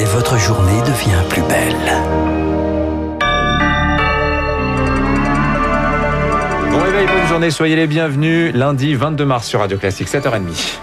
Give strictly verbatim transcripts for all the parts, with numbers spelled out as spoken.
votre journée devient plus belle. Bon réveil, bonne journée, soyez les bienvenus. Lundi vingt-deux mars sur Radio Classique, sept heures trente.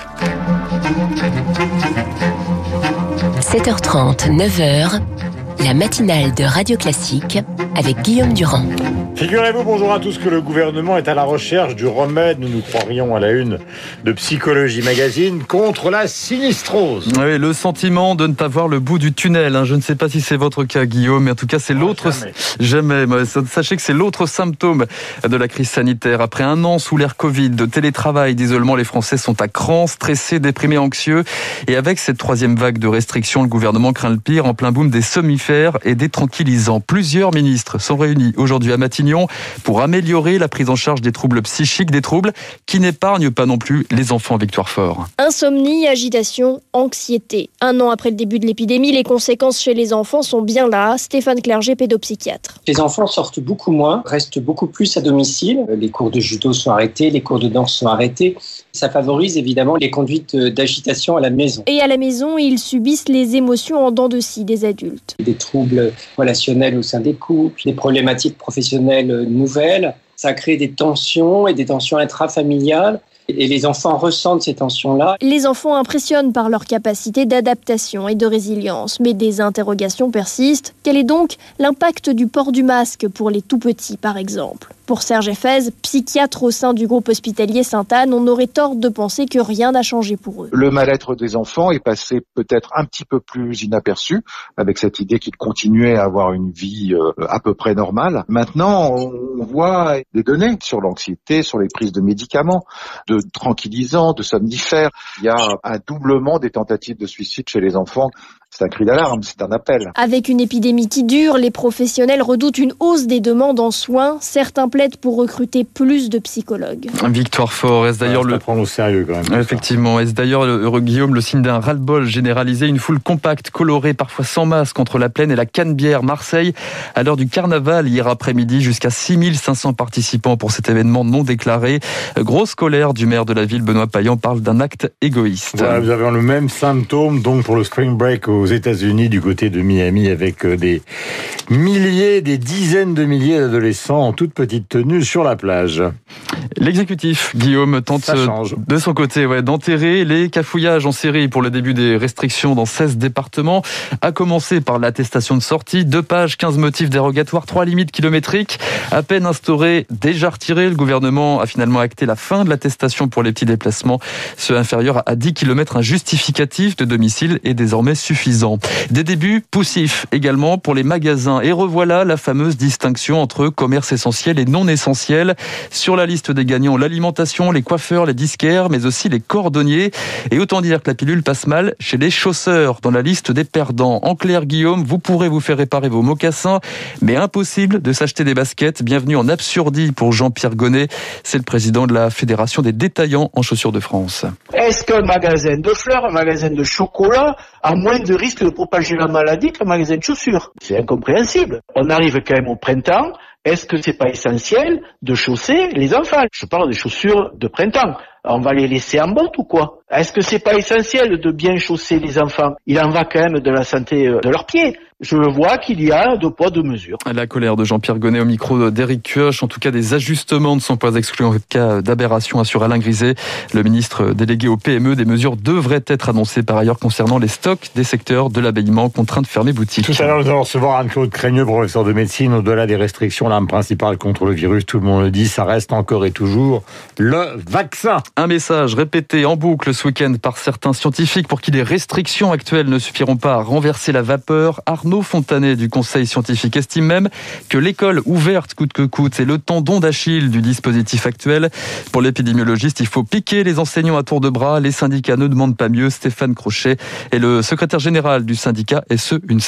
sept heures trente, neuf heures, la matinale de Radio Classique avec Guillaume Durand. Figurez-vous, bonjour à tous, que le gouvernement est à la recherche du remède, nous nous croirions à la une de Psychologie Magazine, contre la sinistrose. Oui, le sentiment de ne pas voir le bout du tunnel. Hein. Je ne sais pas si c'est votre cas, Guillaume, mais en tout cas, c'est oh, l'autre... Jamais. jamais. Sachez que c'est l'autre symptôme de la crise sanitaire. Après un an sous l'ère Covid, de télétravail, d'isolement, les Français sont à cran, stressés, déprimés, anxieux. Et avec cette troisième vague de restrictions, le gouvernement craint le pire en plein boom des somnifères et des tranquillisants. Plusieurs ministres sont réunis aujourd'hui à Matignon pour améliorer la prise en charge des troubles psychiques, des troubles qui n'épargnent pas non plus les enfants. Victoire Fort. Insomnie, agitation, anxiété. Un an après le début de l'épidémie, les conséquences chez les enfants sont bien là. Stéphane Clerget, pédopsychiatre. Les enfants sortent beaucoup moins, restent beaucoup plus à domicile. Les cours de judo sont arrêtés, les cours de danse sont arrêtés. Ça favorise évidemment les conduites d'agitation à la maison. Et à la maison, ils subissent les émotions en dents de scie des adultes. Des troubles relationnels au sein des couples, des problématiques professionnelles nouvelles. Ça crée des tensions et des tensions intrafamiliales. Et les enfants ressentent ces tensions-là. Les enfants impressionnent par leur capacité d'adaptation et de résilience. Mais des interrogations persistent. Quel est donc l'impact du port du masque pour les tout-petits, par exemple ? Pour Serge Effez, psychiatre au sein du groupe hospitalier Sainte-Anne, on aurait tort de penser que rien n'a changé pour eux. Le mal-être des enfants est passé peut-être un petit peu plus inaperçu, avec cette idée qu'ils continuaient à avoir une vie euh, à peu près normale. Maintenant, on voit des données sur l'anxiété, sur les prises de médicaments, de tranquillisants, de somnifères. Il y a un doublement des tentatives de suicide chez les enfants. C'est un cri d'alarme, c'est un appel. Avec une épidémie qui dure, les professionnels redoutent une hausse des demandes en soins. Certains plaident pour recruter plus de psychologues. Victoire Fort, est-ce d'ailleurs ouais, le prendre au sérieux quand même. Effectivement, est-ce d'ailleurs le, Guillaume le signe d'un ras-le-bol généralisé, une foule compacte, colorée, parfois sans masque entre la Plaine et la Canebière, Marseille, à l'heure du carnaval hier après-midi, jusqu'à six mille cinq cents participants pour cet événement non déclaré. Grosse colère du maire de la ville, Benoît Payan, parle d'un acte égoïste. Voilà, vous avez le même symptôme donc pour le spring break aux États-Unis, du côté de Miami, avec des milliers, des dizaines de milliers d'adolescents en toute petite tenue sur la plage. L'exécutif, Guillaume, tente de son côté ouais, d'enterrer les cafouillages en série pour le début des restrictions dans seize départements, à commencer par l'attestation de sortie, deux pages, quinze motifs dérogatoires, trois limites kilométriques. À peine instauré, déjà retiré, le gouvernement a finalement acté la fin de l'attestation pour les petits déplacements. Ceux inférieurs à dix kilomètres, un justificatif de domicile est désormais suffisant. Des débuts poussifs également pour les magasins. Et revoilà la fameuse distinction entre commerce essentiel et non essentiel. Sur la liste des gagnants, l'alimentation, les coiffeurs, les disquaires, mais aussi les cordonniers. Et autant dire que la pilule passe mal chez les chausseurs, dans la liste des perdants. En clair, Guillaume, vous pourrez vous faire réparer vos mocassins, mais impossible de s'acheter des baskets. Bienvenue en Absurdie pour Jean-Pierre Gonnet. C'est le président de la Fédération des détaillants en chaussures de France. Est-ce qu'un magasin de fleurs, un magasin de chocolat a moins de risque de propager la maladie qu'un magasin de chaussures? C'est incompréhensible. On arrive quand même au printemps. Est-ce que c'est pas essentiel de chausser les enfants? Je parle des chaussures de printemps. On va les laisser en botte ou quoi? Est-ce que c'est pas essentiel de bien chausser les enfants? Il en va quand même de la santé de leurs pieds. Je vois qu'il y a deux poids, deux mesures. La colère de Jean-Pierre Gonnet au micro d'Éric Kioch. En tout cas, des ajustements ne sont pas exclus en cas d'aberration, assure Alain Griset, le ministre délégué au P M E. Des mesures devraient être annoncées par ailleurs concernant les stocks des secteurs de l'habillement contraints de fermer boutique. Tout à l'heure, nous allons recevoir Anne-Claude Craigneux, professeur de médecine. Au-delà des restrictions, l'arme principale contre le virus, tout le monde le dit, ça reste encore et toujours le vaccin. Un message répété en boucle ce week-end par certains scientifiques pour qui les restrictions actuelles ne suffiront pas à renverser la vapeur. Arnaud Fontanet du Conseil scientifique estime même que l'école ouverte coûte que coûte est le tendon d'Achille du dispositif actuel. Pour l'épidémiologiste, il faut piquer les enseignants à tour de bras. Les syndicats ne demandent pas mieux. Stéphane Crochet est le secrétaire général du syndicat S E UNSA.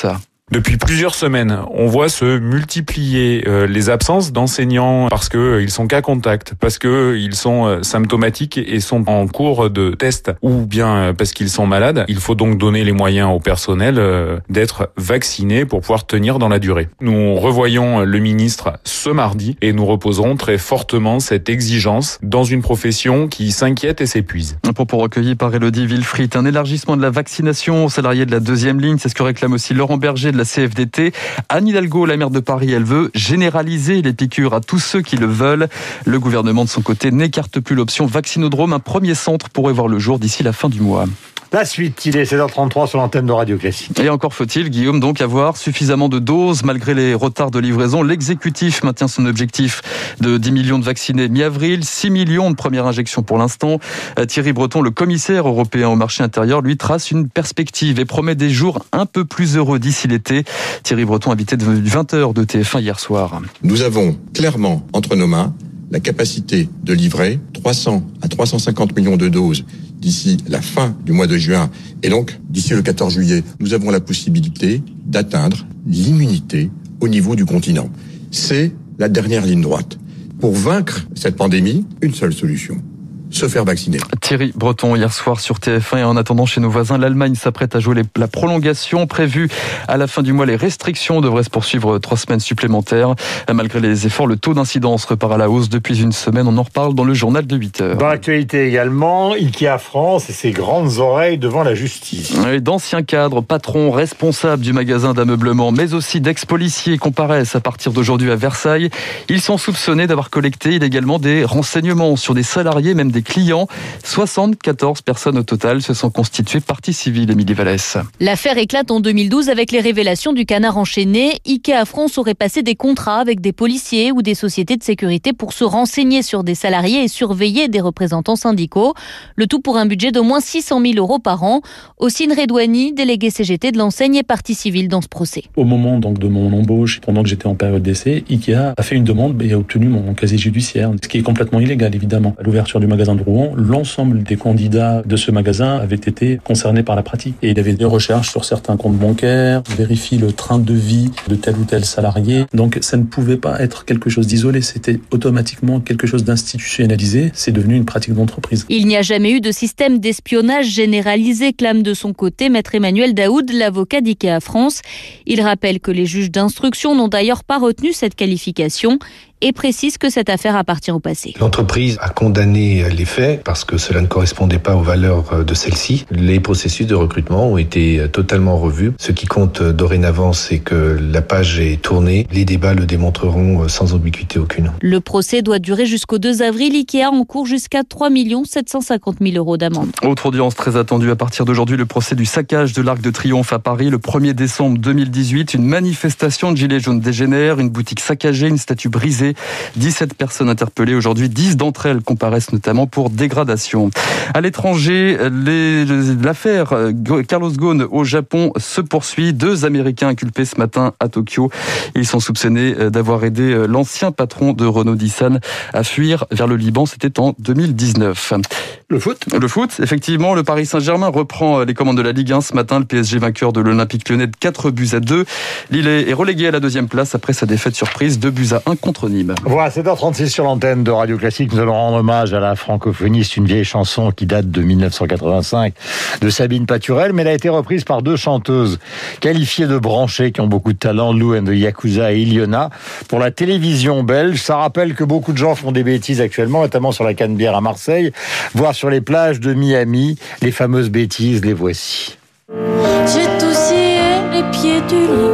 Depuis plusieurs semaines, on voit se multiplier euh, les absences d'enseignants parce que euh, ils sont cas contact, parce que euh, ils sont euh, symptomatiques et sont en cours de test, ou bien euh, parce qu'ils sont malades. Il faut donc donner les moyens au personnel euh, d'être vacciné pour pouvoir tenir dans la durée. Nous revoyons le ministre ce mardi et nous reposerons très fortement cette exigence dans une profession qui s'inquiète et s'épuise. Un propos recueilli par Élodie Wilfried. Un élargissement de la vaccination aux salariés de la deuxième ligne, c'est ce que réclame aussi Laurent Berger de la C F D T. Anne Hidalgo, la maire de Paris, elle veut généraliser les piqûres à tous ceux qui le veulent. Le gouvernement, de son côté, n'écarte plus l'option vaccinodrome. Un premier centre pourrait voir le jour d'ici la fin du mois. La suite, il est sept heures trente-trois sur l'antenne de Radio Classique. Et encore faut-il, Guillaume, donc avoir suffisamment de doses malgré les retards de livraison. L'exécutif maintient son objectif de dix millions de vaccinés mi-avril, six millions de premières injections pour l'instant. Thierry Breton, le commissaire européen au marché intérieur, lui trace une perspective et promet des jours un peu plus heureux d'ici l'été. Thierry Breton, invité de vingt heures de T F un hier soir. Nous avons clairement entre nos mains la capacité de livrer trois cents à trois cent cinquante millions de doses d'ici la fin du mois de juin. Et donc, d'ici le quatorze juillet, nous avons la possibilité d'atteindre l'immunité au niveau du continent. C'est la dernière ligne droite. Pour vaincre cette pandémie, une seule solution. Se faire vacciner. Thierry Breton hier soir sur T F un. Et en attendant, chez nos voisins, l'Allemagne s'apprête à jouer les, la prolongation prévue à la fin du mois. Les restrictions devraient se poursuivre trois semaines supplémentaires. Malgré les efforts, le taux d'incidence repart à la hausse depuis une semaine. On en reparle dans le journal de huit heures. Dans l'actualité également, Ikea France et ses grandes oreilles devant la justice. Et d'anciens cadres, patrons, responsables du magasin d'ameublement, mais aussi d'ex-policiers comparaissent à partir d'aujourd'hui à Versailles. Ils sont soupçonnés d'avoir collecté illégalement des renseignements sur des salariés, même des clients. soixante-quatorze personnes au total se sont constituées partie civile, Émilie Vallès. L'affaire éclate en deux mille douze avec les révélations du canard enchaîné. Ikea France aurait passé des contrats avec des policiers ou des sociétés de sécurité pour se renseigner sur des salariés et surveiller des représentants syndicaux. Le tout pour un budget d'au moins six cent mille euros par an. Ossine Redouani, délégué C G T de l'enseigne, est partie civile dans ce procès. Au moment donc de mon embauche, pendant que j'étais en période d'essai, Ikea a fait une demande et a obtenu mon casier judiciaire, ce qui est complètement illégal évidemment. À l'ouverture du magasin de Rouen, l'ensemble des candidats de ce magasin avaient été concernés par la pratique. Et il y avait des recherches sur certains comptes bancaires, vérifie le train de vie de tel ou tel salarié. Donc ça ne pouvait pas être quelque chose d'isolé, c'était automatiquement quelque chose d'institutionnalisé. C'est devenu une pratique d'entreprise. Il n'y a jamais eu de système d'espionnage généralisé, clame de son côté maître Emmanuel Daoud, l'avocat d'Ikea France. Il rappelle que les juges d'instruction n'ont d'ailleurs pas retenu cette qualification et précise que cette affaire appartient au passé. L'entreprise a condamné les faits parce que cela ne correspondait pas aux valeurs de celle-ci. Les processus de recrutement ont été totalement revus. Ce qui compte dorénavant, c'est que la page est tournée. Les débats le démontreront sans ambiguïté aucune. Le procès doit durer jusqu'au deux avril. Ikea encourt jusqu'à trois millions sept cent cinquante mille euros d'amende. Autre audience très attendue à partir d'aujourd'hui, le procès du saccage de l'Arc de Triomphe à Paris. Le premier décembre deux mille dix-huit, une manifestation de gilets jaunes dégénère, une boutique saccagée, une statue brisée. dix-sept personnes interpellées aujourd'hui, dix d'entre elles comparaissent notamment pour dégradation. À l'étranger, les, l'affaire Carlos Ghosn au Japon se poursuit. Deux Américains inculpés ce matin à Tokyo. Ils sont soupçonnés d'avoir aidé l'ancien patron de Renault-Nissan à fuir vers le Liban. C'était en deux mille dix-neuf. Le foot Le foot, effectivement. Le Paris Saint-Germain reprend les commandes de la Ligue un ce matin. Le P S G vainqueur de l'Olympique Lyonnais de quatre buts à deux. Lille est relégué à la deuxième place après sa défaite surprise, deux buts à un contre Nîmes. Voilà, sept heures trente-six sur l'antenne de Radio Classique. Nous allons rendre hommage à la francophonie. C'est une vieille chanson qui date de mille neuf cent quatre-vingt-cinq de Sabine Paturel, mais elle a été reprise par deux chanteuses qualifiées de branchées qui ont beaucoup de talent, Lou and the Yakuza et Iliona, pour la télévision belge. Ça rappelle que beaucoup de gens font des bêtises actuellement, notamment sur la Canebière à Marseille, voire sur les plages de Miami. Les fameuses bêtises, les voici. J'ai tout scié les pieds du lit.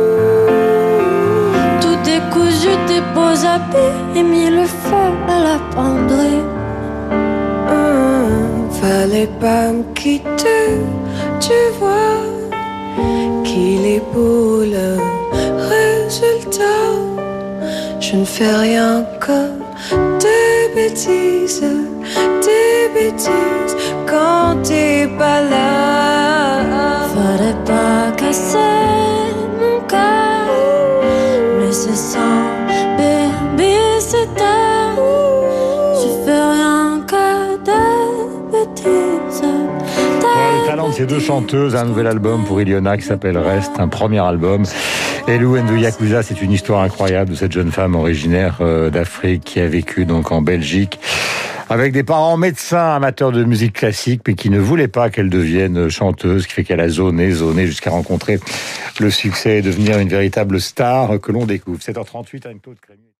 Beaux habits et mis le feu à la penderie. Hum, fallait pas me quitter, tu vois qu'il est beau le résultat. Je ne fais rien que des bêtises, des bêtises quand t'es pas là. Fallait pas casser mon cœur, mais c'est sans c'est tard, je fais rien que de bêtises. Le talent de ces deux chanteuses, un nouvel album pour Iliona qui s'appelle Reste, un premier album. Hello and the Yakuza, c'est une histoire incroyable de cette jeune femme originaire d'Afrique qui a vécu donc en Belgique avec des parents médecins amateurs de musique classique, mais qui ne voulaient pas qu'elle devienne chanteuse, ce qui fait qu'elle a zoné, zoné jusqu'à rencontrer le succès et devenir une véritable star que l'on découvre. sept heures trente-huit avec Claude Crémieux.